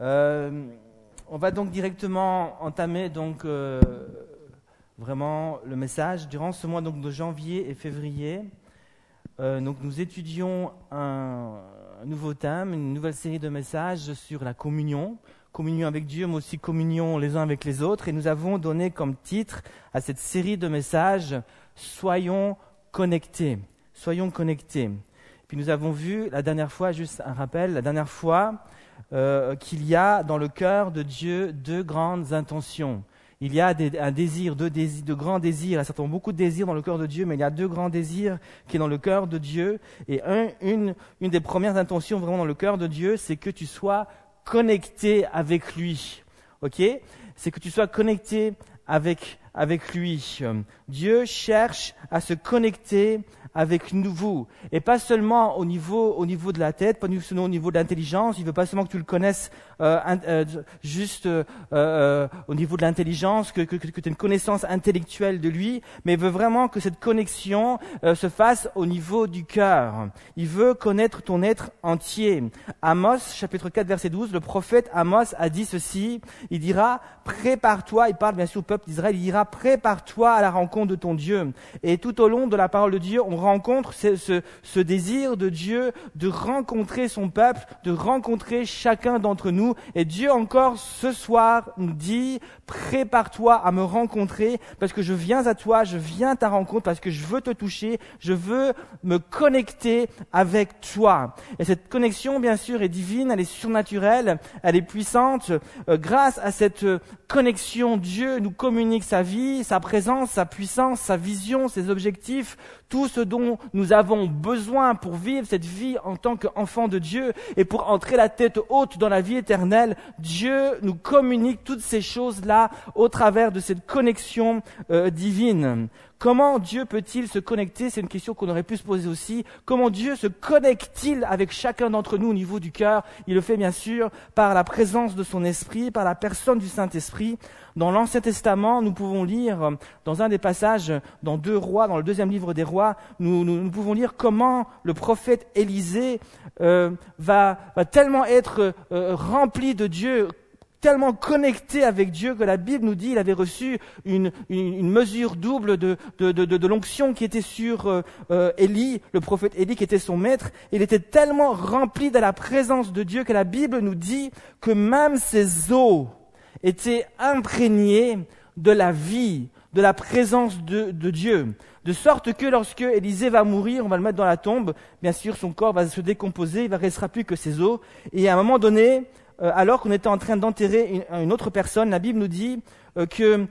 On va donc directement entamer vraiment le message. Durant ce mois donc, de janvier et février, nous étudions un nouveau thème, une nouvelle série de messages sur la communion avec Dieu, mais aussi communion les uns avec les autres. Et nous avons donné comme titre à cette série de messages « Soyons connectés ». Soyons connectés. Puis nous avons vu la dernière fois, juste un rappel, qu'il y a dans le cœur de Dieu deux grandes intentions. Il y a deux grands désirs. Il y a certainement beaucoup de désirs dans le cœur de Dieu, mais il y a deux grands désirs qui sont dans le cœur de Dieu. Et une des premières intentions vraiment dans le cœur de Dieu, c'est que tu sois connecté avec lui. Ok ? C'est que tu sois connecté avec lui. Dieu cherche à se connecter avec vous. Et pas seulement au niveau de la tête, pas seulement au niveau de l'intelligence. Il veut pas seulement que tu le connaisses juste au niveau de l'intelligence, que tu aies une connaissance intellectuelle de lui, mais il veut vraiment que cette connexion se fasse au niveau du cœur. Il veut connaître ton être entier. Amos, chapitre 4, verset 12, le prophète Amos a dit ceci, il dira, prépare-toi, il parle bien sûr au peuple d'Israël, il dira, prépare-toi à la rencontre de ton Dieu. Et tout au long de la parole de Dieu, on rencontre ce désir de Dieu de rencontrer son peuple, de rencontrer chacun d'entre nous. Et Dieu encore ce soir nous dit, prépare-toi à me rencontrer parce que je viens à toi, je viens à ta rencontre parce que je veux te toucher, je veux me connecter avec toi. Et cette connexion, bien sûr, est divine, elle est surnaturelle, elle est puissante. Grâce à cette connexion, Dieu nous communique sa vie, sa présence, sa puissance, sa vision, ses objectifs, tout ce dont nous avons besoin pour vivre cette vie en tant qu'enfants de Dieu et pour entrer la tête haute dans la vie éternelle. Dieu nous communique toutes ces choses-là au travers de cette connexion divine. Comment Dieu peut-il se connecter ? C'est une question qu'on aurait pu se poser aussi. Comment Dieu se connecte-t-il avec chacun d'entre nous au niveau du cœur ? Il le fait bien sûr par la présence de son esprit, par la personne du Saint-Esprit. Dans l'Ancien Testament, nous pouvons lire, dans un des passages, dans 2 Rois, dans le 2e livre des Rois, nous pouvons lire comment le prophète Élisée va tellement être rempli de Dieu, tellement connecté avec Dieu que la Bible nous dit qu'il avait reçu une mesure double de l'onction qui était sur Élie, le prophète Élie qui était son maître. Il était tellement rempli de la présence de Dieu que la Bible nous dit que même ses os étaient imprégnés de la vie, de la présence de Dieu. De sorte que lorsque Élisée va mourir, on va le mettre dans la tombe, bien sûr son corps va se décomposer, il ne restera plus que ses os. Et à un moment donné, alors qu'on était en train d'enterrer une autre personne, la Bible nous dit que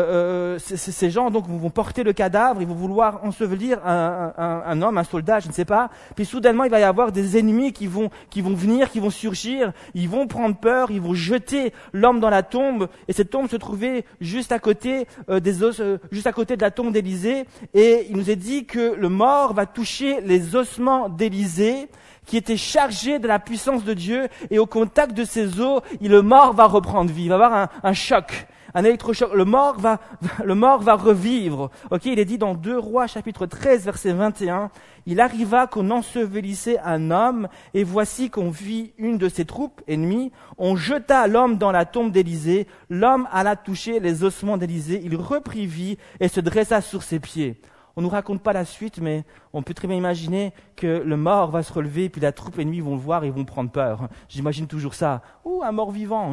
ces gens donc vont porter le cadavre, ils vont vouloir ensevelir un homme, un soldat, je ne sais pas. Puis soudainement, il va y avoir des ennemis qui vont venir, qui vont surgir. Ils vont prendre peur, ils vont jeter l'homme dans la tombe. Et cette tombe se trouvait juste à côté juste à côté de la tombe d'Élisée. Et il nous est dit que le mort va toucher les ossements d'Élisée, qui était chargé de la puissance de Dieu, et au contact de ses os, le mort va reprendre vie, il va avoir un choc, un électrochoc, le mort va revivre. Ok, il est dit dans 2 Rois chapitre 13 verset 21, il arriva qu'on ensevelissait un homme, et voici qu'on vit une de ses troupes ennemies, on jeta l'homme dans la tombe d'Élisée, l'homme alla toucher les ossements d'Élisée, il reprit vie et se dressa sur ses pieds. On ne nous raconte pas la suite, mais on peut très bien imaginer que le mort va se relever, puis la troupe ennemie vont le voir et ils vont prendre peur. J'imagine toujours ça. Ouh, un mort vivant.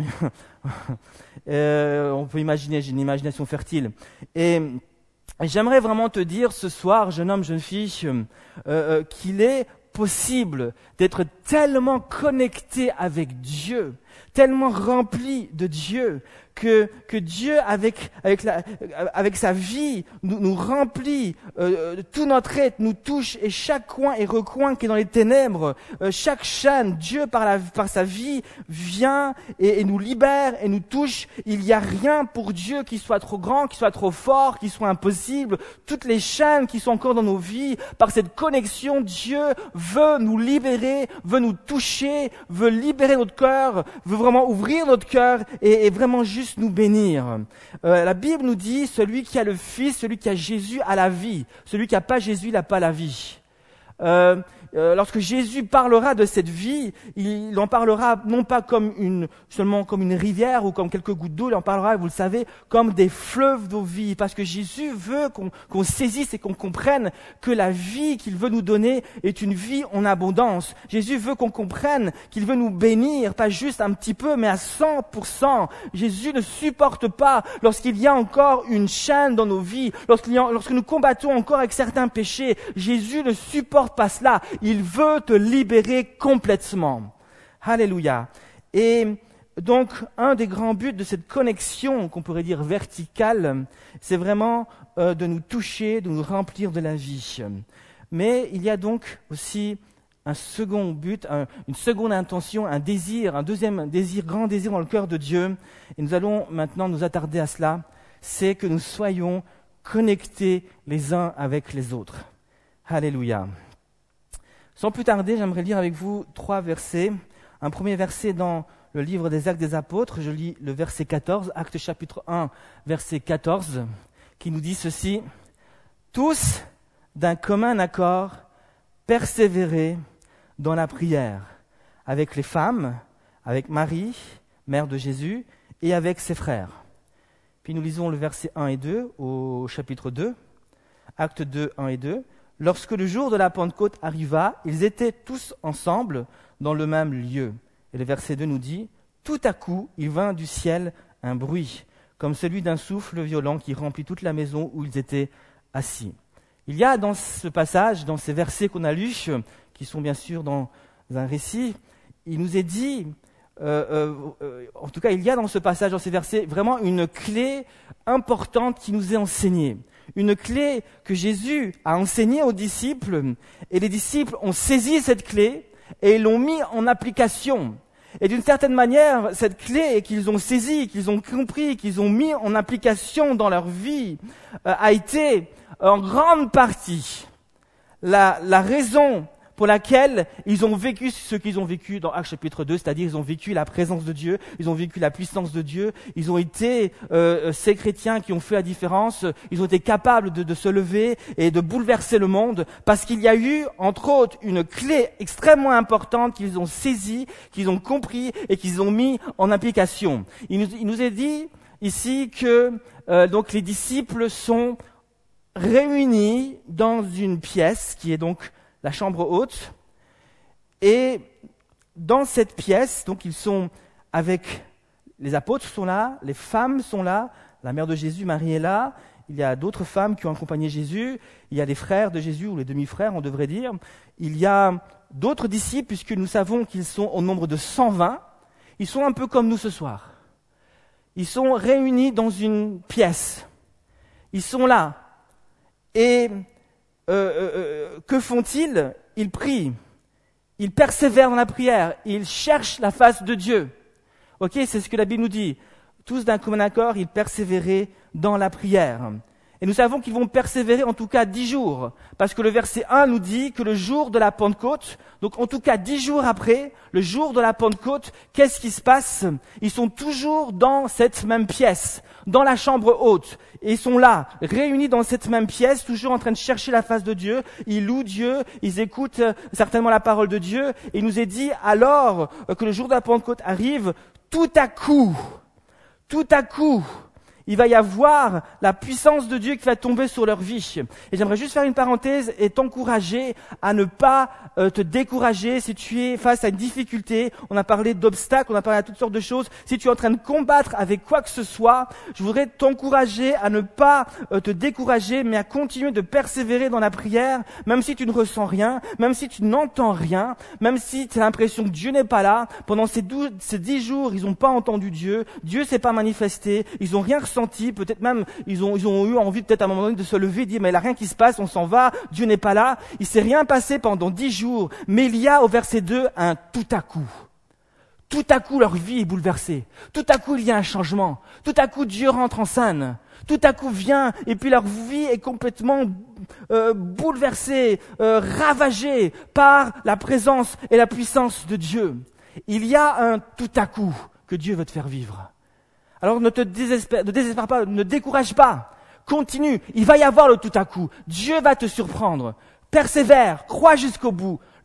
On peut imaginer, j'ai une imagination fertile. Et j'aimerais vraiment te dire ce soir, jeune homme, jeune fille, qu'il est possible d'être tellement connecté avec Dieu, tellement rempli de Dieu, que Dieu, avec sa vie, nous remplit, tout notre être nous touche, et chaque coin et recoin qui est dans les ténèbres, chaque chaîne, Dieu par sa vie vient et nous libère et nous touche. Il n'y a rien pour Dieu qui soit trop grand, qui soit trop fort, qui soit impossible. Toutes les chaînes qui sont encore dans nos vies, par cette connexion, Dieu veut nous libérer, veut nous toucher, veut libérer notre cœur, veut vraiment ouvrir notre cœur et vraiment juste nous bénir. La Bible nous dit, celui qui a le Fils, celui qui a Jésus a la vie. Celui qui n'a pas Jésus, il n'a pas la vie. lorsque Jésus parlera de cette vie, il en parlera non pas seulement comme une rivière ou comme quelques gouttes d'eau, il en parlera, vous le savez, comme des fleuves d'eau vie, parce que Jésus veut qu'on saisisse et qu'on comprenne que la vie qu'il veut nous donner est une vie en abondance. Jésus veut qu'on comprenne qu'il veut nous bénir, pas juste un petit peu, mais à 100%. Jésus ne supporte pas lorsqu'il y a encore une chaîne dans nos vies, lorsque nous combattons encore avec certains péchés. Jésus ne supporte pas cela. Il veut te libérer complètement. Alléluia. Et donc, un des grands buts de cette connexion, qu'on pourrait dire verticale, c'est vraiment de nous toucher, de nous remplir de la vie. Mais il y a donc aussi un second but, une seconde intention, un deuxième désir, grand désir dans le cœur de Dieu. Et nous allons maintenant nous attarder à cela. C'est que nous soyons connectés les uns avec les autres. Alléluia. Sans plus tarder, j'aimerais lire avec vous 3 versets. Un premier verset dans le livre des Actes des Apôtres. Je lis le verset 14, Actes chapitre 1, verset 14, qui nous dit ceci. « Tous, d'un commun accord, persévérer dans la prière, avec les femmes, avec Marie, mère de Jésus, et avec ses frères. » Puis nous lisons le verset 1 et 2 au chapitre 2, Actes 2, 1 et 2. « Lorsque le jour de la Pentecôte arriva, ils étaient tous ensemble dans le même lieu. » Et le verset 2 nous dit, « Tout à coup, il vint du ciel un bruit, comme celui d'un souffle violent qui remplit toute la maison où ils étaient assis. » Il y a dans ce passage, dans ces versets qu'on a lus, qui sont bien sûr dans un récit, il nous est dit, en tout cas il y a dans ce passage, dans ces versets, vraiment une clé importante qui nous est enseignée. Une clé que Jésus a enseignée aux disciples, et les disciples ont saisi cette clé et ils l'ont mis en application. Et d'une certaine manière, cette clé qu'ils ont saisie, qu'ils ont compris, qu'ils ont mis en application dans leur vie, a été en grande partie la raison pour laquelle ils ont vécu ce qu'ils ont vécu dans Actes chapitre 2, c'est-à-dire ils ont vécu la présence de Dieu, ils ont vécu la puissance de Dieu, ils ont été ces chrétiens qui ont fait la différence, ils ont été capables de se lever et de bouleverser le monde, parce qu'il y a eu, entre autres, une clé extrêmement importante qu'ils ont saisie, qu'ils ont compris et qu'ils ont mis en application. Il nous est dit ici que donc les disciples sont réunis dans une pièce qui est donc la chambre haute, et dans cette pièce, donc ils sont avec, les apôtres sont là, les femmes sont là, la mère de Jésus, Marie est là, il y a d'autres femmes qui ont accompagné Jésus, il y a les frères de Jésus, ou les demi-frères on devrait dire, il y a d'autres disciples, puisque nous savons qu'ils sont au nombre de 120, ils sont un peu comme nous ce soir. Ils sont réunis dans une pièce, ils sont là, et que font-ils? Ils prient, ils persévèrent dans la prière, ils cherchent la face de Dieu. Ok, c'est ce que la Bible nous dit. Tous d'un commun accord, ils persévéraient dans la prière. Et nous savons qu'ils vont persévérer en tout cas 10 jours, parce que le verset 1 nous dit que le jour de la Pentecôte, donc en tout cas 10 jours après, le jour de la Pentecôte, qu'est-ce qui se passe? Ils sont toujours dans cette même pièce, dans la chambre haute, et ils sont là, réunis dans cette même pièce, toujours en train de chercher la face de Dieu, ils louent Dieu, ils écoutent certainement la parole de Dieu, et il nous est dit alors que le jour de la Pentecôte arrive, tout à coup, il va y avoir la puissance de Dieu qui va tomber sur leur vie. Et j'aimerais juste faire une parenthèse et t'encourager à ne pas te décourager si tu es face à une difficulté. On a parlé d'obstacles, on a parlé de toutes sortes de choses. Si tu es en train de combattre avec quoi que ce soit, je voudrais t'encourager à ne pas te décourager, mais à continuer de persévérer dans la prière, même si tu ne ressens rien, même si tu n'entends rien, même si tu as l'impression que Dieu n'est pas là. Pendant ces 10 jours, ils n'ont pas entendu Dieu. Dieu s'est pas manifesté. Ils n'ont rien ressenti. Peut-être même, ils ont eu envie peut-être à un moment donné de se lever et de dire, mais il n'y a rien qui se passe, on s'en va, Dieu n'est pas là. Il s'est rien passé pendant 10 jours. Mais il y a au verset 2 un tout à coup. Tout à coup, leur vie est bouleversée. Tout à coup, il y a un changement. Tout à coup, Dieu rentre en scène. Tout à coup vient, et puis leur vie est complètement bouleversée, ravagée par la présence et la puissance de Dieu. Il y a un tout à coup que Dieu veut te faire vivre. Alors ne désespère pas, ne décourage pas. Continue, il va y avoir le tout à coup. Dieu va te surprendre. Persévère, crois jusqu'au bout.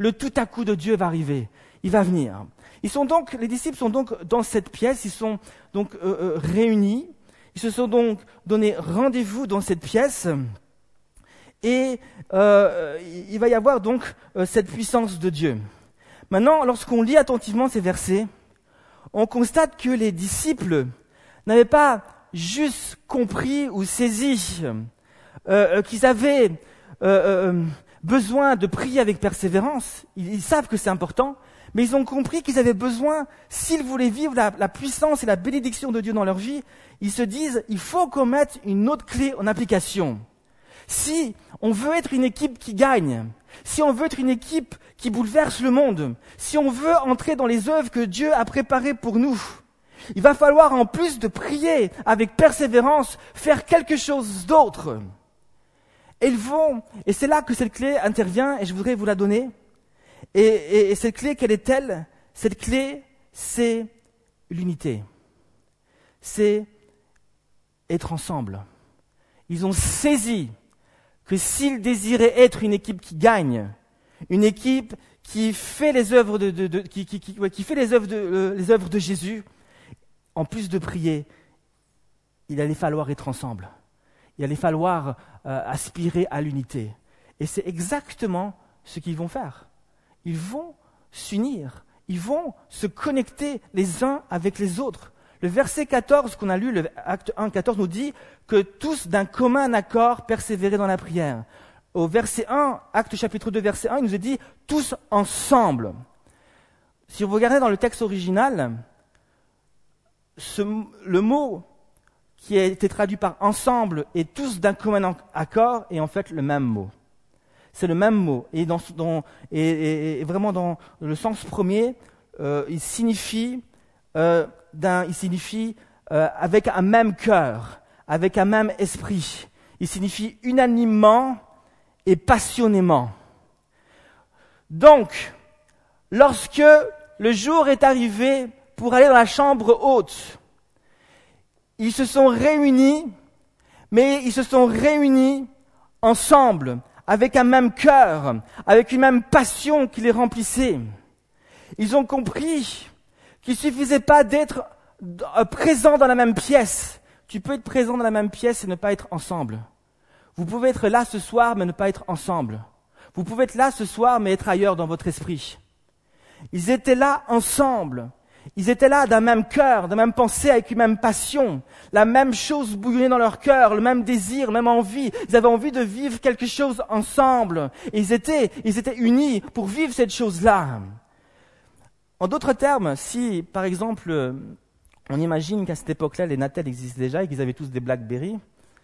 le tout à coup de Dieu va arriver. Il va venir. Les disciples sont donc dans cette pièce, ils sont donc réunis. Ils se sont donc donné rendez-vous dans cette pièce. Et il va y avoir donc cette puissance de Dieu. Maintenant, lorsqu'on lit attentivement ces versets, on constate que les disciples n'avaient pas juste compris ou saisi qu'ils avaient besoin de prier avec persévérance. Ils savent que c'est important, mais ils ont compris qu'ils avaient besoin, s'ils voulaient vivre la puissance et la bénédiction de Dieu dans leur vie, ils se disent, il faut qu'on mette une autre clé en application. Si on veut être une équipe qui gagne, si on veut être une équipe qui bouleverse le monde, si on veut entrer dans les œuvres que Dieu a préparées pour nous, il va falloir, en plus de prier avec persévérance, faire quelque chose d'autre. Et c'est là que cette clé intervient, et je voudrais vous la donner. Et cette clé, quelle est-elle? Cette clé, c'est l'unité. C'est être ensemble. Ils ont saisi que s'ils désiraient être une équipe qui gagne, une équipe qui fait les œuvres les œuvres de Jésus, en plus de prier, il allait falloir être ensemble. Il allait falloir aspirer à l'unité. Et c'est exactement ce qu'ils vont faire. Ils vont s'unir, ils vont se connecter les uns avec les autres. Le verset 14 qu'on a lu, le acte 1, 14, nous dit que tous d'un commun accord persévéraient dans la prière. Au verset 1, acte chapitre 2, verset 1, il nous est dit tous ensemble. Si vous regardez dans le texte original, le mot qui a été traduit par ensemble et tous d'un commun accord est en fait le même mot. C'est le même mot. Et vraiment dans le sens premier, il signifie avec un même cœur, avec un même esprit. Il signifie unanimement et passionnément. Donc, lorsque le jour est arrivé pour aller dans la chambre haute, ils se sont réunis, mais ils se sont réunis ensemble, avec un même cœur, avec une même passion qui les remplissait. Ils ont compris qu'il ne suffisait pas d'être présent dans la même pièce. Tu peux être présent dans la même pièce et ne pas être ensemble. Vous pouvez être là ce soir, mais ne pas être ensemble. Vous pouvez être là ce soir, mais être ailleurs dans votre esprit. Ils étaient là ensemble. Ils étaient là d'un même cœur, de même pensée, avec une même passion. La même chose bouillonnait dans leur cœur, le même désir, la même envie. Ils avaient envie de vivre quelque chose ensemble. Et ils étaient unis pour vivre cette chose-là. En d'autres termes, si, par exemple, on imagine qu'à cette époque-là, les Natel existaient déjà et qu'ils avaient tous des BlackBerry,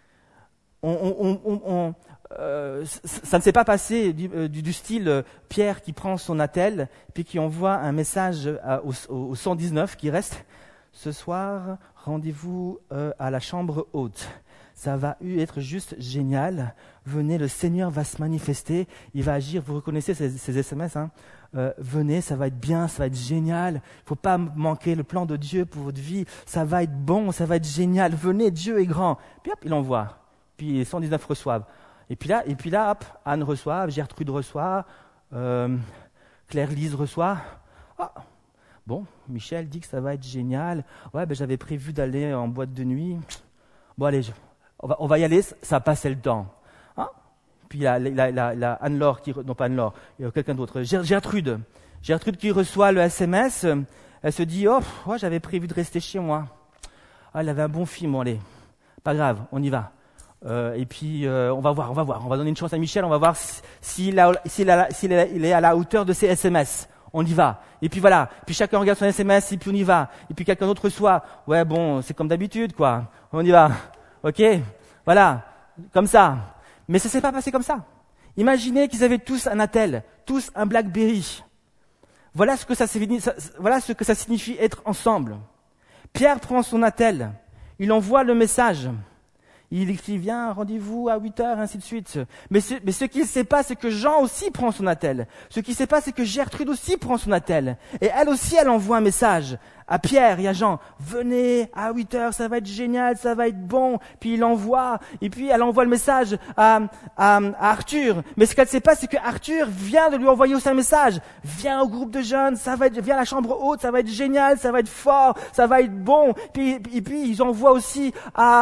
ça ne s'est pas passé du style Pierre qui prend son Natel puis qui envoie un message au 119 qui reste « Ce soir, rendez-vous à la chambre haute. Ça va être juste génial. Venez, le Seigneur va se manifester. Il va agir. » Vous reconnaissez ces SMS, hein? Venez, ça va être bien, ça va être génial. Il ne faut pas manquer le plan de Dieu pour votre vie. Ça va être bon, ça va être génial. Venez, Dieu est grand. Puis hop, il envoie. Puis les 119 reçoivent. Et puis là, hop, Anne reçoit, Gertrude reçoit, Claire-Lise reçoit. Ah, bon, Michel dit que ça va être génial. Ouais, j'avais prévu d'aller en boîte de nuit. Bon, allez, on va y aller, ça passait le temps. Ah, puis la Anne-Laure, non pas Anne-Laure, il y a quelqu'un d'autre, Gertrude qui reçoit le SMS, elle se dit, ouais, j'avais prévu de rester chez moi. Ah, elle avait un bon film, bon, allez, pas grave, on y va. Et puis on va voir. On va donner une chance à Michel. On va voir s'il est à la hauteur de ses SMS. On y va. Et puis voilà. Puis chacun regarde son SMS et puis on y va. Et puis quelqu'un d'autre reçoit. Ouais, bon, c'est comme d'habitude, quoi. On y va. Ok. Voilà. Comme ça. Mais ça s'est pas passé comme ça. Imaginez qu'ils avaient tous un Natel, tous un BlackBerry. Voilà ce que ça signifie être ensemble. Pierre prend son Natel. Il envoie le message. Il écrit, viens, rendez-vous à 8 heures, ainsi de suite. Mais ce qu'il ne sait pas, c'est que Jean aussi prend son attel. Ce qu'il ne sait pas, c'est que Gertrude aussi prend son attel. Et elle aussi, elle envoie un message à Pierre et à Jean. Venez à 8 heures, ça va être génial, ça va être bon. Puis il envoie, et puis elle envoie le message à Arthur. Mais ce qu'elle ne sait pas, c'est que Arthur vient de lui envoyer aussi un message. Viens au groupe de jeunes, viens à la chambre haute, ça va être génial, ça va être fort, ça va être bon. Puis ils envoient aussi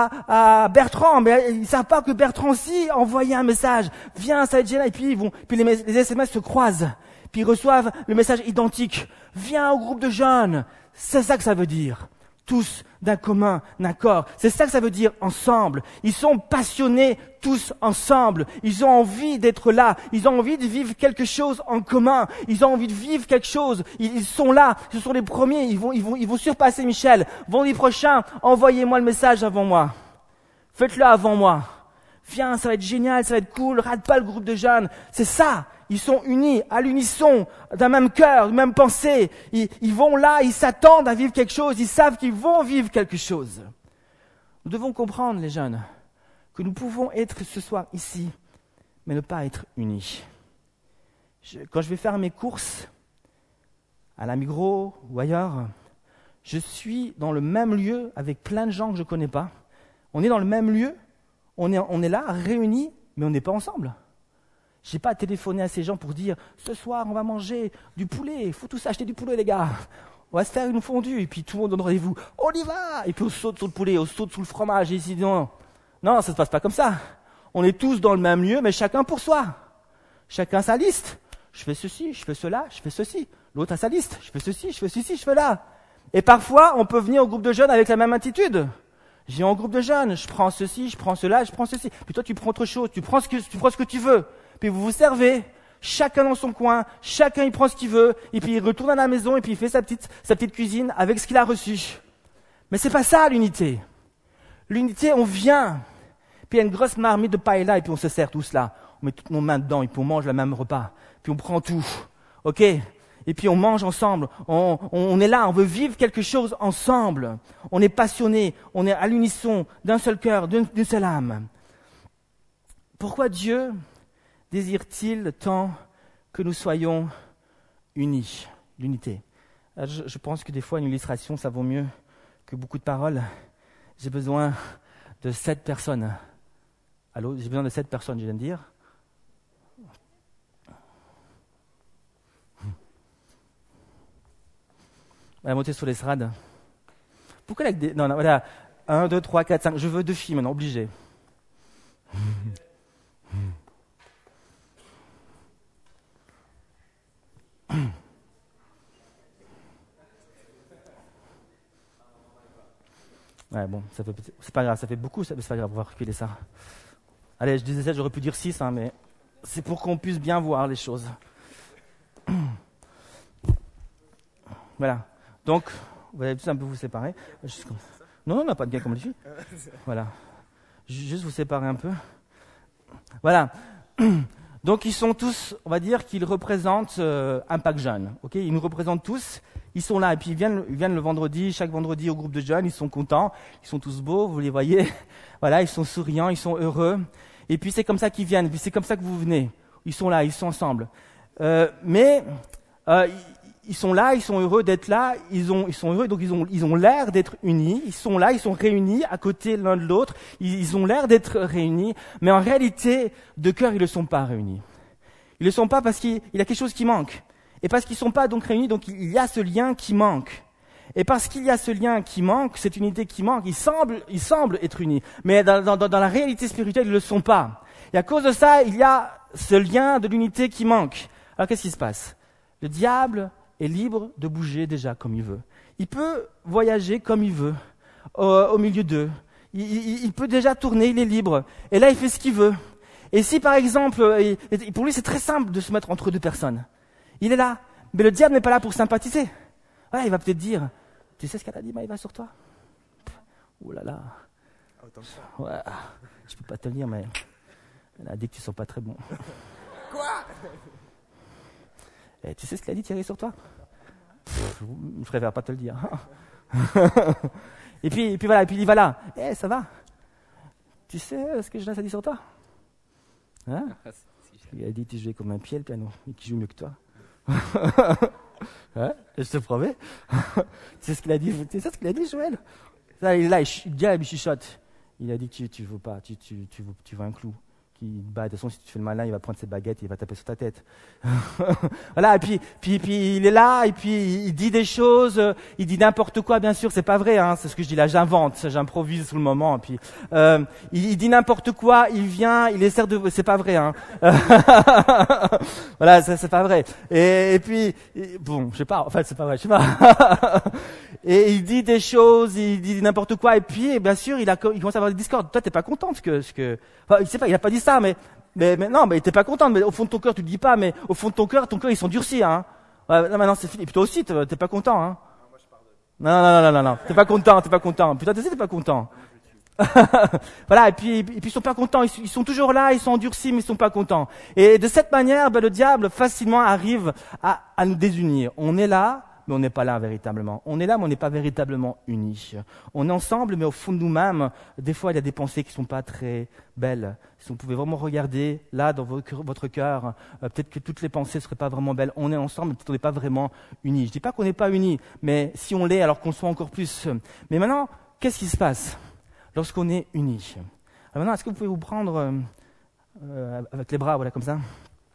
à Bertrand, mais ils savent pas que Bertrand aussi a envoyé un message. Viens, ça va être génial. Et puis les SMS se croisent. Puis ils reçoivent le message identique. Viens au groupe de jeunes. C'est ça que ça veut dire. Tous d'un commun accord. C'est ça que ça veut dire ensemble. Ils sont passionnés tous ensemble. Ils ont envie d'être là. Ils ont envie de vivre quelque chose en commun. Ils ont envie de vivre quelque chose. Ils sont là. Ce sont les premiers. Ils vont surpasser Michel. Vendredi prochain, envoyez-moi le message avant moi. Faites-le avant moi. Viens, ça va être génial, ça va être cool. Rate pas le groupe de jeunes. C'est ça. Ils sont unis, à l'unisson, d'un même cœur, d'une même pensée. Ils vont là, ils s'attendent à vivre quelque chose. Ils savent qu'ils vont vivre quelque chose. Nous devons comprendre, les jeunes, que nous pouvons être ce soir ici, mais ne pas être unis. Quand je vais faire mes courses, à la Migros ou ailleurs, je suis dans le même lieu avec plein de gens que je ne connais pas. On est dans le même lieu, on est là, réunis, mais on n'est pas ensemble. Je n'ai pas téléphoné à ces gens pour dire « Ce soir, on va manger du poulet, il faut tous acheter du poulet, les gars. On va se faire une fondue. » Et puis tout le monde donne rendez-vous « On y va !» Et puis on saute sur le poulet, on saute sur le fromage. Et ici, non, ça ne se passe pas comme ça. On est tous dans le même lieu, mais chacun pour soi. Chacun sa liste. Je fais ceci, je fais cela, je fais ceci. L'autre a sa liste. Je fais ceci, je fais ceci, je fais là. Et parfois, on peut venir au groupe de jeunes avec la même attitude. Je viens au groupe de jeunes, je prends ceci, je prends cela, je prends ceci. Puis toi, tu prends autre chose, tu prends ce que tu veux. Puis vous vous servez, chacun dans son coin, chacun il prend ce qu'il veut, et puis il retourne à la maison et puis il fait sa petite cuisine avec ce qu'il a reçu. Mais c'est pas ça l'unité. L'unité, on vient, puis il y a une grosse marmite de paella et puis on se sert tous là. On met toutes nos mains dedans et puis on mange le même repas. Puis on prend tout, ok ? Et puis on mange ensemble. On est là, on veut vivre quelque chose ensemble. On est passionné, on est à l'unisson, d'un seul cœur, d'une seule âme. Pourquoi Dieu désire-t-il tant que nous soyons unis, l'unité? Je pense que des fois, une illustration, ça vaut mieux que beaucoup de paroles. J'ai besoin de 7 personnes. Allô, j'ai besoin de 7 personnes, je viens de dire. On va monter sur l'estrade. Pourquoi avec des... Non, voilà. 1, 2, 3, 4, 5. Je veux 2 filles maintenant, obligé. Ouais, bon, c'est pas grave, ça fait beaucoup, c'est pas grave, on va reculer ça. Allez, je disais 7, j'aurais pu dire 6, mais c'est pour qu'on puisse bien voir les choses. Voilà. Donc, vous allez tous un peu vous séparer. Non, on n'a pas de gars comme les filles. Voilà. Juste vous séparer un peu. Voilà. Donc, ils sont tous, on va dire qu'ils représentent Impact Jeune. Okay, ils nous représentent tous. Ils sont là et puis ils viennent le vendredi, chaque vendredi au groupe de jeunes. Ils sont contents, ils sont tous beaux, vous les voyez. Voilà, ils sont souriants, ils sont heureux. Et puis c'est comme ça qu'ils viennent. Et puis c'est comme ça que vous venez. Ils sont là, ils sont ensemble. Mais ils sont là, ils sont heureux d'être là. Ils sont heureux, donc ils ont l'air d'être unis. Ils sont là, ils sont réunis à côté l'un de l'autre. Ils ont l'air d'être réunis, mais en réalité, de cœur, ils ne sont pas réunis. Ils ne sont pas parce qu'il y a quelque chose qui manque. Et parce qu'ils ne sont pas donc réunis, donc il y a ce lien qui manque. Et parce qu'il y a ce lien qui manque, cette unité qui manque, ils semblent être unis. Mais dans la réalité spirituelle, ils ne le sont pas. Et à cause de ça, il y a ce lien de l'unité qui manque. Alors qu'est-ce qui se passe? Le diable est libre de bouger déjà comme il veut. Il peut voyager comme il veut au milieu d'eux. Il peut déjà tourner, il est libre. Et là, il fait ce qu'il veut. Et si par exemple, pour lui c'est très simple de se mettre entre deux personnes. Il est là, mais le diable n'est pas là pour sympathiser. Ouais, il va peut-être dire, tu sais ce qu'elle a dit, Maëva, sur toi? Oh là là. Ouais, je peux pas te le dire, mais elle a dit que tu sens pas très bon. Quoi? Et tu sais ce qu'elle a dit, Thierry, sur toi? Je préfère pas te le dire. Et puis voilà, et puis il va là. Ça va? tu sais ce que Jonas a dit sur toi? Hein? Il a dit que tu jouais comme un pied le piano, et qu'il joue mieux que toi. Hein? Je te promets. C'est ce qu'il a dit. C'est ça ce qu'il a dit, Joël. Là, il me chuchote. Il a dit que tu veux pas, tu veux un clou. De toute façon, si tu fais le malin, il va prendre ses baguettes et il va taper sur ta tête. Voilà, et puis il est là, et puis il dit des choses, il dit n'importe quoi, bien sûr, c'est pas vrai, hein, c'est ce que je dis là, j'invente, j'improvise sous le moment, et puis il dit n'importe quoi, il vient, il essaie de, c'est pas vrai, hein. Voilà, c'est pas vrai. Et puis, bon, je sais pas, en fait, c'est pas vrai, je sais pas. Et il dit des choses, il dit n'importe quoi, et puis, bien sûr, il commence à avoir des discordes. Toi, t'es pas content enfin, il sait pas, il a pas dit ça, mais non, mais t'es pas content, mais au fond de ton cœur, tu le dis pas, mais au fond de ton cœur, il s'endurcit, hein. Ouais, non, maintenant, c'est fini. Et puis toi aussi, t'es pas content, hein. Non, t'es pas content. Putain, t'es pas content. Voilà, et puis ils sont pas contents, ils sont toujours là, ils sont endurcis, mais ils sont pas contents. Et de cette manière, le diable facilement arrive à nous désunir. On est là, mais on n'est pas là véritablement. On est là, mais on n'est pas véritablement unis. On est ensemble, mais au fond de nous-mêmes, des fois, il y a des pensées qui sont pas très belles. Si vous pouvez vraiment regarder là dans votre cœur, peut-être que toutes les pensées seraient pas vraiment belles. On est ensemble, mais peut-être on n'est pas vraiment unis. Je dis pas qu'on n'est pas unis, mais si on l'est, alors qu'on soit encore plus. Mais maintenant, qu'est-ce qui se passe lorsqu'on est unis? Alors maintenant, est-ce que vous pouvez vous prendre avec les bras, voilà, comme ça?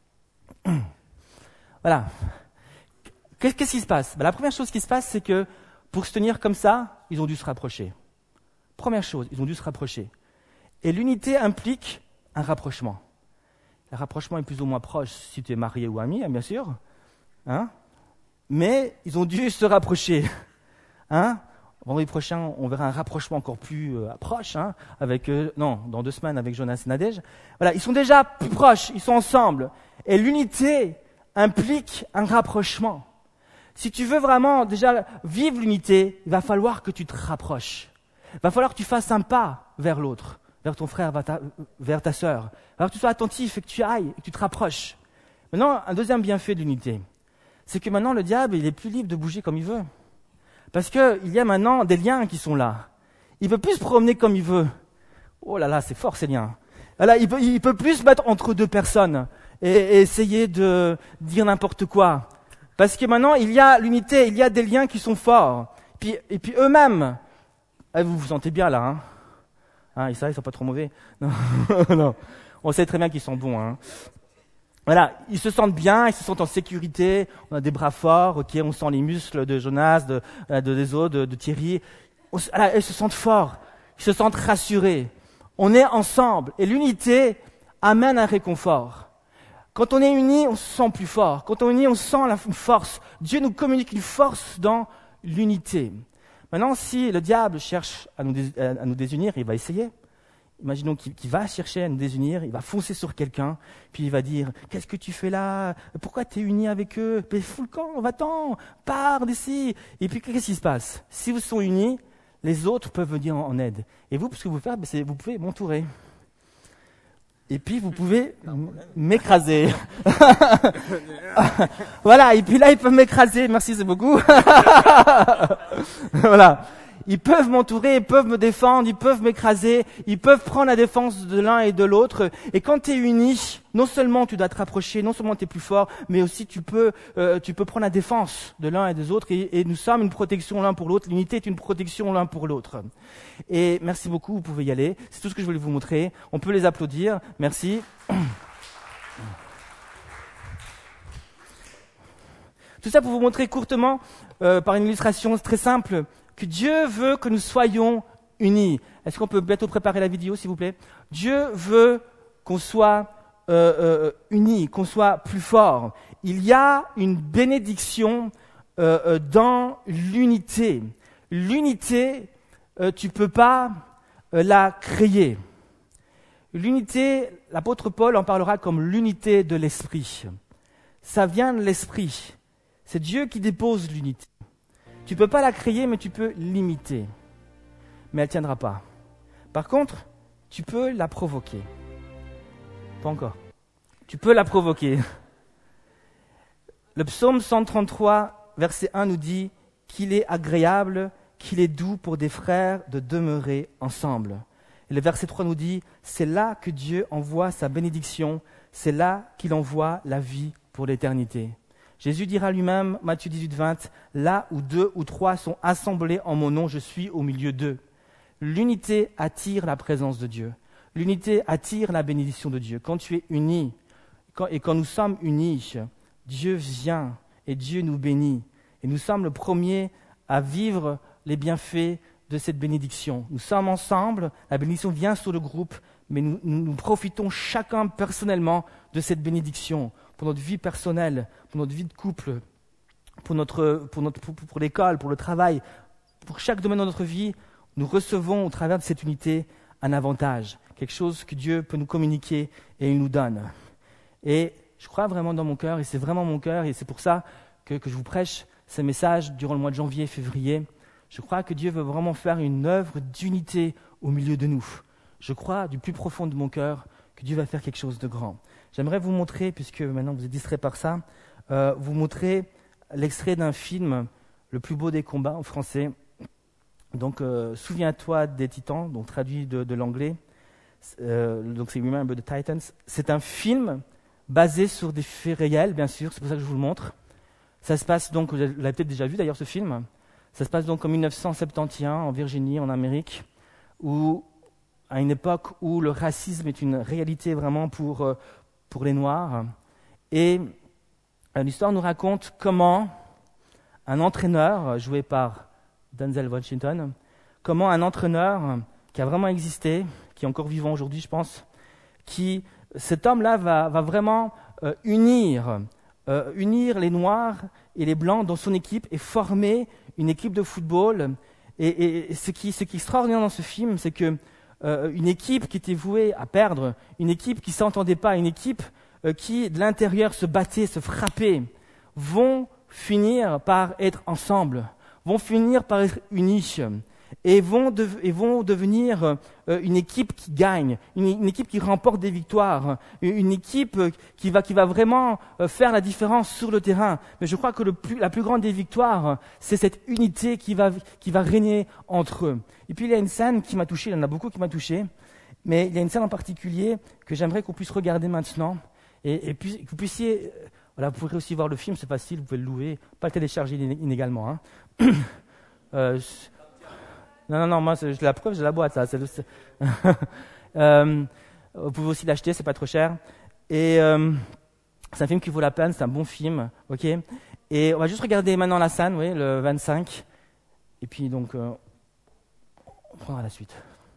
Voilà. Qu'est-ce qui se passe? La première chose qui se passe, c'est que pour se tenir comme ça, ils ont dû se rapprocher. Première chose, ils ont dû se rapprocher. Et l'unité implique un rapprochement. Le rapprochement est plus ou moins proche si tu es marié ou ami, hein, bien sûr. Hein? Mais ils ont dû se rapprocher. Hein? Vendredi prochain, on verra un rapprochement encore plus proche, hein, dans 2 semaines avec Jonas et Nadège. Voilà, ils sont déjà plus proches, ils sont ensemble. Et l'unité implique un rapprochement. Si tu veux vraiment déjà vivre l'unité, il va falloir que tu te rapproches. Il va falloir que tu fasses un pas vers l'autre, vers ton frère, vers ta sœur. Alors que tu sois attentif et que tu ailles, et que tu te rapproches. Maintenant, un deuxième bienfait de l'unité, c'est que maintenant le diable, il est plus libre de bouger comme il veut. Parce qu'il y a maintenant des liens qui sont là. Il peut plus se promener comme il veut. Oh là là, c'est fort ces liens. Voilà, il peut plus se mettre entre deux personnes et essayer de dire n'importe quoi. Parce que maintenant, il y a l'unité, il y a des liens qui sont forts. Et puis eux-mêmes, vous vous sentez bien là, hein, et ça, ils sont pas trop mauvais. Non, non. On sait très bien qu'ils sont bons, hein. Voilà, ils se sentent bien, ils se sentent en sécurité, on a des bras forts, ok, on sent les muscles de Jonas, des autres, de Thierry. Voilà, ils se sentent forts, ils se sentent rassurés. On est ensemble et l'unité amène un réconfort. Quand on est unis, on se sent plus fort. Quand on est unis, on sent une force. Dieu nous communique une force dans l'unité. Maintenant, si le diable cherche à nous désunir, il va essayer. Imaginons qu'il va chercher à nous désunir, il va foncer sur quelqu'un, puis il va dire « Qu'est-ce que tu fais là? Pourquoi tu es uni avec eux? Fous le camp, va-t'en, pars d'ici !» Et puis qu'est-ce qui se passe? Si vous sont unis, les autres peuvent venir en aide. Et vous, ce que vous faites, c'est vous pouvez m'entourer. Et puis vous pouvez m'écraser. Voilà, et puis là ils peuvent m'écraser, merci, c'est beaucoup. Voilà. Ils peuvent m'entourer, ils peuvent me défendre, ils peuvent m'écraser, ils peuvent prendre la défense de l'un et de l'autre. Et quand tu es uni, non seulement tu dois te rapprocher, non seulement tu es plus fort, mais aussi tu peux prendre la défense de l'un et des autres. Et nous sommes une protection l'un pour l'autre. L'unité est une protection l'un pour l'autre. Et merci beaucoup, vous pouvez y aller. C'est tout ce que je voulais vous montrer. On peut les applaudir. Merci. Tout ça pour vous montrer courtement, par une illustration très simple, que Dieu veut que nous soyons unis. Est-ce qu'on peut bientôt préparer la vidéo, s'il vous plaît? Dieu veut qu'on soit unis, qu'on soit plus forts. Il y a une bénédiction dans l'unité. L'unité, tu peux pas la créer. L'unité, l'apôtre Paul en parlera comme l'unité de l'esprit. Ça vient de l'esprit. C'est Dieu qui dépose l'unité. Tu ne peux pas la créer, mais tu peux l'imiter. Mais elle ne tiendra pas. Par contre, tu peux la provoquer. Pas encore. Tu peux la provoquer. Le psaume 133, verset 1 nous dit qu'il est agréable, qu'il est doux pour des frères de demeurer ensemble. Et le verset 3 nous dit, c'est là que Dieu envoie sa bénédiction, c'est là qu'il envoie la vie pour l'éternité. Jésus dira lui-même, Matthieu 18, 20, « Là où 2 ou 3 sont assemblés en mon nom, je suis au milieu d'eux. » L'unité attire la présence de Dieu. L'unité attire la bénédiction de Dieu. Quand tu es uni, quand nous sommes unis, Dieu vient et Dieu nous bénit. Et nous sommes le premier à vivre les bienfaits de cette bénédiction. Nous sommes ensemble, la bénédiction vient sur le groupe, mais nous profitons chacun personnellement de cette bénédiction pour notre vie personnelle, pour notre vie de couple, pour l'école, pour le travail, pour chaque domaine de notre vie. Nous recevons au travers de cette unité un avantage, quelque chose que Dieu peut nous communiquer et il nous donne. Et je crois vraiment dans mon cœur, et c'est vraiment mon cœur, et c'est pour ça que je vous prêche ces messages durant le mois de janvier et février. Je crois que Dieu veut vraiment faire une œuvre d'unité au milieu de nous. Je crois du plus profond de mon cœur que Dieu va faire quelque chose de grand. J'aimerais vous montrer, puisque maintenant vous êtes distraits par ça, vous montrer l'extrait d'un film, Le plus beau des combats en français. Donc, Souviens-toi des Titans, donc traduit de l'anglais. Donc, c'est Remember the Titans. C'est un film basé sur des faits réels, bien sûr, c'est pour ça que je vous le montre. Ça se passe donc, vous l'avez peut-être déjà vu d'ailleurs ce film, ça se passe donc en 1971 en Virginie, en Amérique, à une époque où le racisme est une réalité vraiment pour les Noirs. Et l'histoire nous raconte comment un entraîneur, joué par Denzel Washington, comment un entraîneur qui a vraiment existé, qui est encore vivant aujourd'hui, je pense, cet homme-là va vraiment unir les Noirs et les Blancs dans son équipe et former une équipe de football. Et ce qui est extraordinaire dans ce film, c'est que une équipe qui était vouée à perdre, une équipe qui ne s'entendait pas, une équipe qui de l'intérieur se battait, se frappait, vont finir par être ensemble, vont finir par être unis et vont devenir une équipe qui gagne, une équipe qui remporte des victoires, une équipe qui va vraiment faire la différence sur le terrain. Mais je crois que la plus grande des victoires, c'est cette unité qui va régner entre eux. Et puis il y a une scène qui m'a touché, il y en a beaucoup qui m'a touché, mais il y a une scène en particulier que j'aimerais qu'on puisse regarder maintenant et puis que vous puissiez... Voilà, vous pourrez aussi voir le film, c'est facile, vous pouvez le louer, pas le télécharger inégalement. Hein. Non, moi, la preuve, j'ai la boîte, là. Vous pouvez aussi l'acheter, c'est pas trop cher. Et c'est un film qui vaut la peine, c'est un bon film, ok. Et on va juste regarder maintenant la scène, oui, le 25. Et puis donc, on prendra la suite.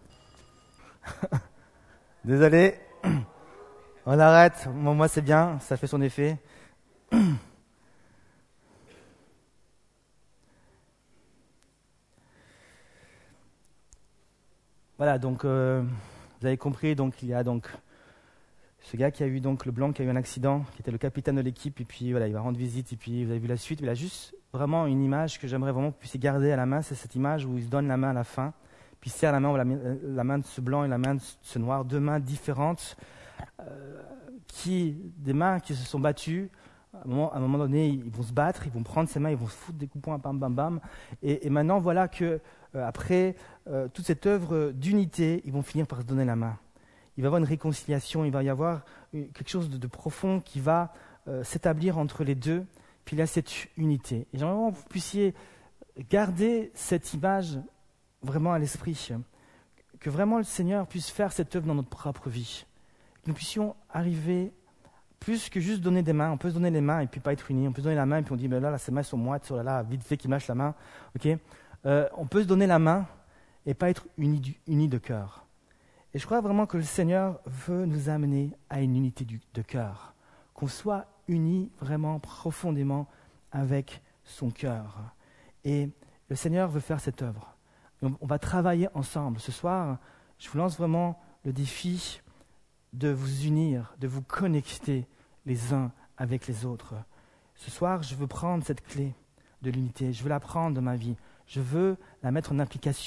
Désolé. On arrête. Moi, c'est bien, ça fait son effet. Voilà, donc vous avez compris, donc il y a donc ce gars qui a eu donc le blanc qui a eu un accident, qui était le capitaine de l'équipe, et puis voilà, il va rendre visite, et puis vous avez vu la suite. Il a juste vraiment une image que j'aimerais vraiment que vous puissiez garder à la main, c'est cette image où il se donne la main à la fin, puis il serre la main de ce blanc et la main de ce noir, deux mains différentes, des mains qui se sont battues. À un moment donné, ils vont se battre, ils vont prendre ces mains, ils vont se foutre des coups de poing, bam, bam, bam. Et maintenant, voilà que après toute cette œuvre d'unité, ils vont finir par se donner la main. Il va y avoir une réconciliation, il va y avoir quelque chose de profond qui va s'établir entre les deux. Puis il y a cette unité. Et j'aimerais vraiment que vous puissiez garder cette image vraiment à l'esprit, que vraiment le Seigneur puisse faire cette œuvre dans notre propre vie. Que nous puissions arriver plus que juste donner des mains. On peut se donner les mains et puis pas être unis. On peut se donner la main et puis on dit, mais là, ces mains sont moites, là, vite fait qu'il mâche la main. Okay, on peut se donner la main et pas être unis de cœur. Et je crois vraiment que le Seigneur veut nous amener à une unité de cœur. Qu'on soit unis vraiment profondément avec son cœur. Et le Seigneur veut faire cette œuvre. Et on va travailler ensemble. Ce soir, je vous lance vraiment le défi de vous unir, de vous connecter les uns avec les autres. Ce soir, je veux prendre cette clé de l'unité, je veux la prendre dans ma vie, je veux la mettre en application,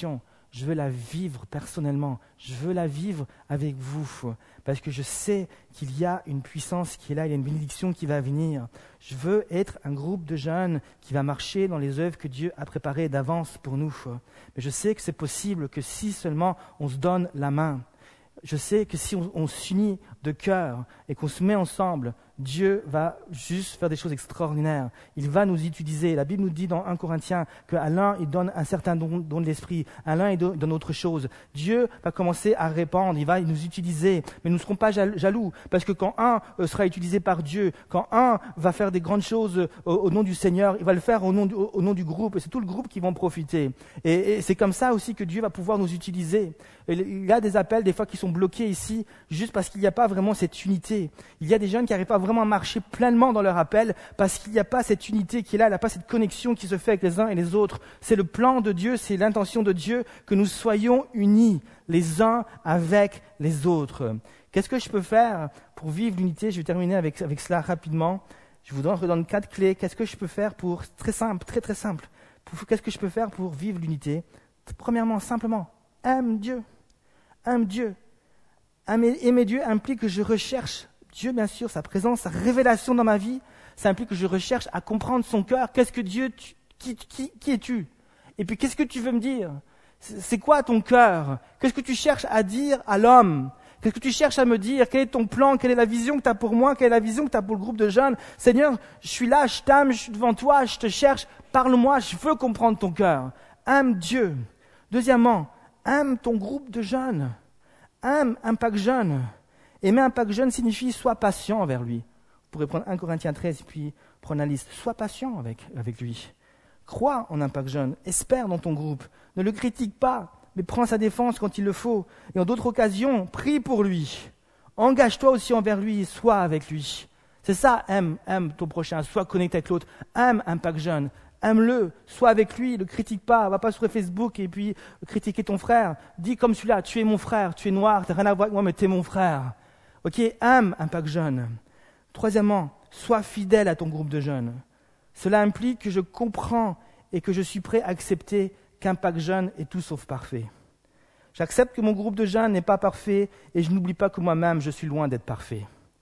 je veux la vivre personnellement, je veux la vivre avec vous, parce que je sais qu'il y a une puissance qui est là, il y a une bénédiction qui va venir. Je veux être un groupe de jeunes qui va marcher dans les œuvres que Dieu a préparées d'avance pour nous. Mais je sais que c'est possible que si seulement on se donne la main. Je sais que si on s'unit de cœur et qu'on se met ensemble, Dieu va juste faire des choses extraordinaires. Il va nous utiliser. La Bible nous dit dans 1 Corinthiens qu'à l'un, il donne un certain don de l'esprit, à l'un, il donne autre chose. Dieu va commencer à répandre, il va nous utiliser, mais nous ne serons pas jaloux, parce que quand un sera utilisé par Dieu, quand un va faire des grandes choses au nom du Seigneur, il va le faire au nom du groupe, et c'est tout le groupe qui va en profiter. Et c'est comme ça aussi que Dieu va pouvoir nous utiliser. Et il y a des appels, des fois, qui sont bloqués ici, juste parce qu'il n'y a pas vraiment cette unité. Il y a des jeunes qui n'arrivent pas vraiment à marcher pleinement dans leur appel, parce qu'il n'y a pas cette unité qui est là, il n'y a pas cette connexion qui se fait avec les uns et les autres. C'est le plan de Dieu, c'est l'intention de Dieu que nous soyons unis les uns avec les autres. Qu'est-ce que je peux faire pour vivre l'unité? Je vais terminer avec cela rapidement. Je vous redonne 4 clés. Qu'est-ce que je peux faire pour, très simple, très simple, qu'est-ce que je peux faire pour vivre l'unité? Premièrement, simplement, aime Dieu. Aime Dieu. Aimer Dieu implique que je recherche Dieu, bien sûr, sa présence, sa révélation dans ma vie. Ça implique que je recherche à comprendre son cœur. Qu'est-ce que Dieu, qui es-tu? Et puis, qu'est-ce que tu veux me dire? C'est quoi ton cœur? Qu'est-ce que tu cherches à dire à l'homme? Qu'est-ce que tu cherches à me dire? Quel est ton plan? Quelle est la vision que tu as pour moi? Quelle est la vision que tu as pour le groupe de jeunes? Seigneur, je suis là, je t'aime, je suis devant toi, je te cherche. Parle-moi, je veux comprendre ton cœur. Aime Dieu. Deuxièmement, aime ton groupe de jeunes. Aime Impact Jeune. Aimer Impact Jeune signifie sois patient envers lui. Vous pourrez prendre 1 Corinthiens 13 et puis prendre la liste. Sois patient avec lui. Crois en Impact Jeune. Espère dans ton groupe. Ne le critique pas, mais prends sa défense quand il le faut. Et en d'autres occasions, prie pour lui. Engage-toi aussi envers lui et sois avec lui. C'est ça, aime ton prochain. Sois connecté avec l'autre. Aime Impact Jeune. Aime-le, sois avec lui, ne le critique pas, va pas sur Facebook et puis critiquer ton frère. Dis comme celui-là, tu es mon frère, tu es noir, tu n'as rien à voir avec moi, mais tu es mon frère. Ok, aime Impact Jeune. Troisièmement, sois fidèle à ton groupe de jeunes. Cela implique que je comprends et que je suis prêt à accepter qu'Impact Jeune est tout sauf parfait. J'accepte que mon groupe de jeunes n'est pas parfait et je n'oublie pas que moi-même, je suis loin d'être parfait.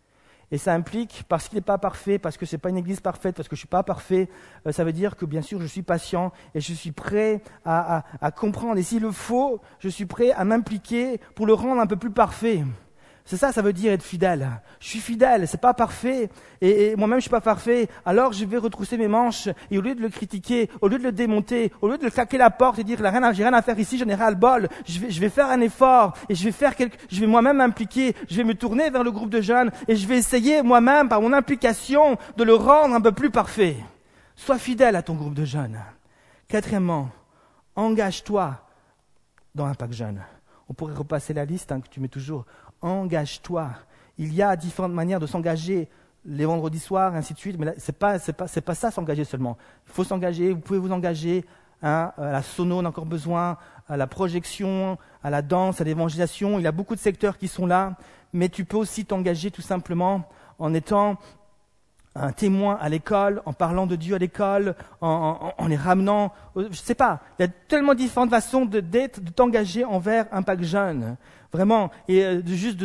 Et ça implique, parce qu'il n'est pas parfait, parce que ce n'est pas une église parfaite, parce que je ne suis pas parfait, ça veut dire que bien sûr je suis patient et je suis prêt à comprendre. Et s'il le faut, je suis prêt à m'impliquer pour le rendre un peu plus parfait. C'est ça veut dire être fidèle. Je suis fidèle, c'est pas parfait, et moi-même je suis pas parfait, alors je vais retrousser mes manches, et au lieu de le critiquer, au lieu de le démonter, au lieu de le claquer la porte et dire j'ai rien à faire ici, j'en ai ras le bol, je vais faire un effort, et je vais moi-même m'impliquer, je vais me tourner vers le groupe de jeunes, et je vais essayer moi-même, par mon implication, de le rendre un peu plus parfait. Sois fidèle à ton groupe de jeunes. Quatrièmement, engage-toi dans Impact Jeune. On pourrait repasser la liste que tu mets toujours. Engage-toi. Il y a différentes manières de s'engager les vendredis soirs, ainsi de suite, mais là, c'est pas ça s'engager seulement. Il faut s'engager, vous pouvez vous engager à la sono, on a encore besoin, à la projection, à la danse, à l'évangélisation. Il y a beaucoup de secteurs qui sont là, mais tu peux aussi t'engager tout simplement en étant un témoin à l'école, en parlant de Dieu à l'école, en les ramenant. Je sais pas, il y a tellement différentes façons de t'engager envers Impact Jeune. Vraiment, et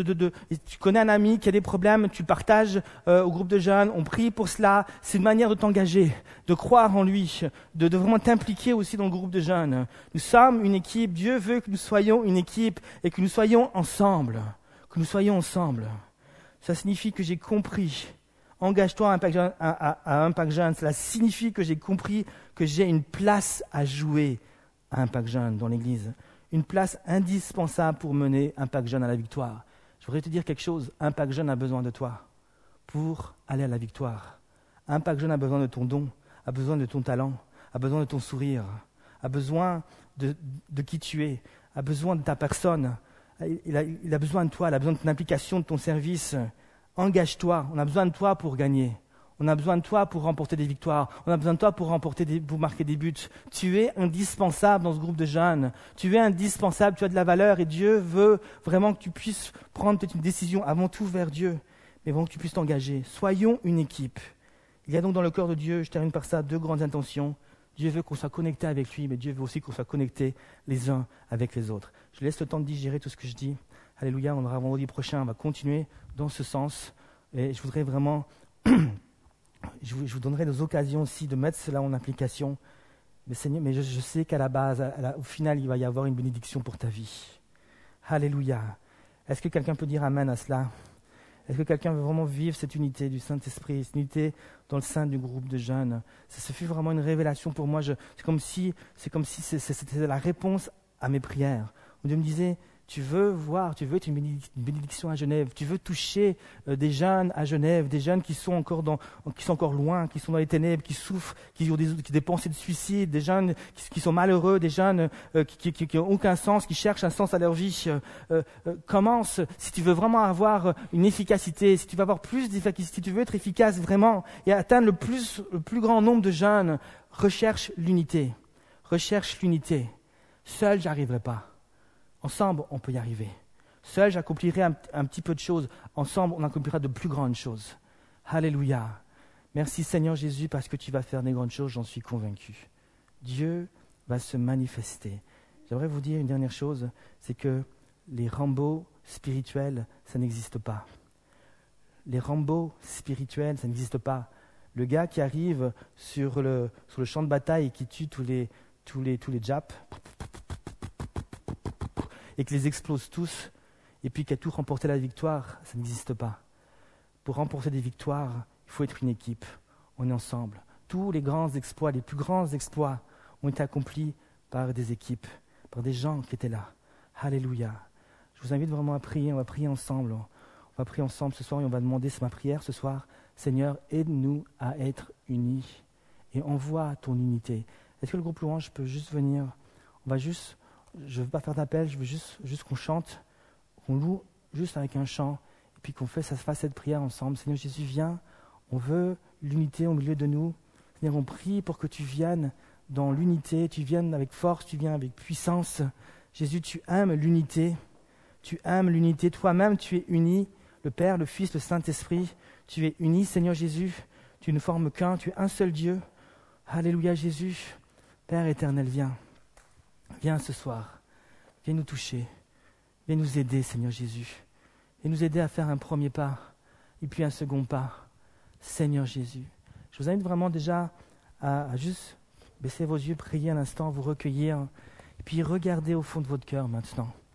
tu connais un ami qui a des problèmes, tu le partages au groupe de jeunes, on prie pour cela. C'est une manière de t'engager, de croire en lui, de vraiment t'impliquer aussi dans le groupe de jeunes. Nous sommes une équipe, Dieu veut que nous soyons une équipe et que nous soyons ensemble. Que nous soyons ensemble. Ça signifie que j'ai compris. Engage-toi à Impact Jeune. Cela signifie que j'ai compris que j'ai une place à jouer à Impact Jeune dans l'Église. Une place indispensable pour mener Impact Jeune à la victoire. Je voudrais te dire quelque chose. Impact Jeune a besoin de toi pour aller à la victoire. Impact Jeune a besoin de ton don, a besoin de ton talent, a besoin de ton sourire, a besoin de qui tu es, a besoin de ta personne. Il a besoin de toi, il a besoin de ton implication, de ton service. Engage-toi, on a besoin de toi pour gagner. On a besoin de toi pour remporter des victoires. On a besoin de toi pour marquer des buts. Tu es indispensable dans ce groupe de jeunes. Tu es indispensable, tu as de la valeur et Dieu veut vraiment que tu puisses prendre peut-être une décision avant tout vers Dieu, mais vraiment que tu puisses t'engager. Soyons une équipe. Il y a donc dans le cœur de Dieu, je termine par ça, 2 grandes intentions. Dieu veut qu'on soit connecté avec lui, mais Dieu veut aussi qu'on soit connecté les uns avec les autres. Je laisse le temps de digérer tout ce que je dis. Alléluia, on aura vendredi prochain, on va continuer dans ce sens. Et je voudrais vraiment, je vous donnerai des occasions aussi de mettre cela en application. Mais Seigneur, mais je sais qu'à la base, au final, il va y avoir une bénédiction pour ta vie. Alléluia. Est-ce que quelqu'un peut dire Amen à cela? Est-ce que quelqu'un veut vraiment vivre cette unité du Saint-Esprit, cette unité dans le sein du groupe de jeunes? Ça fut vraiment une révélation pour moi. C'est comme si c'était la réponse à mes prières. Où Dieu me disait, tu veux être une bénédiction à Genève, tu veux toucher des jeunes à Genève, des jeunes qui sont encore loin, qui sont dans les ténèbres, qui souffrent, qui ont des pensées de suicide, des jeunes qui sont malheureux, des jeunes qui n'ont aucun sens, qui cherchent un sens à leur vie. Commence, si tu veux vraiment avoir une efficacité, si tu veux avoir plus d'efficacité, si tu veux être efficace vraiment et atteindre le plus grand nombre de jeunes, recherche l'unité. Recherche l'unité. Seul, j'arriverai pas. Ensemble, on peut y arriver. Seul, j'accomplirai un petit peu de choses. Ensemble, on accomplira de plus grandes choses. Alléluia. Merci Seigneur Jésus parce que tu vas faire des grandes choses, j'en suis convaincu. Dieu va se manifester. J'aimerais vous dire une dernière chose, c'est que les Rambo spirituels, ça n'existe pas. Les Rambo spirituels, ça n'existe pas. Le gars qui arrive sur le champ de bataille et qui tue tous les Japs, et que les explose tous, et puis qui a tout remporté la victoire, ça n'existe pas. Pour remporter des victoires, il faut être une équipe. On est ensemble. Tous les grands exploits, les plus grands exploits ont été accomplis par des équipes, par des gens qui étaient là. Alléluia. Je vous invite vraiment à prier, on va prier ensemble. On va prier ensemble ce soir et on va demander, c'est ma prière ce soir, Seigneur, aide-nous à être unis et envoie ton unité. Est-ce que le groupe louange peut juste venir? Je ne veux pas faire d'appel, je veux juste qu'on chante, qu'on loue juste avec un chant, et puis qu'on fasse cette prière ensemble. Seigneur Jésus, viens, on veut l'unité au milieu de nous. Seigneur, on prie pour que tu viennes dans l'unité, tu viennes avec force, tu viennes avec puissance. Jésus, tu aimes l'unité, toi-même tu es uni, le Père, le Fils, le Saint-Esprit, tu es uni, Seigneur Jésus, tu ne formes qu'un, tu es un seul Dieu. Alléluia Jésus, Père éternel, viens. Viens ce soir, viens nous toucher, viens nous aider, Seigneur Jésus. Viens nous aider à faire un premier pas, et puis un second pas. Seigneur Jésus. Je vous invite vraiment déjà à juste baisser vos yeux, prier un instant, vous recueillir, et puis regardez au fond de votre cœur maintenant.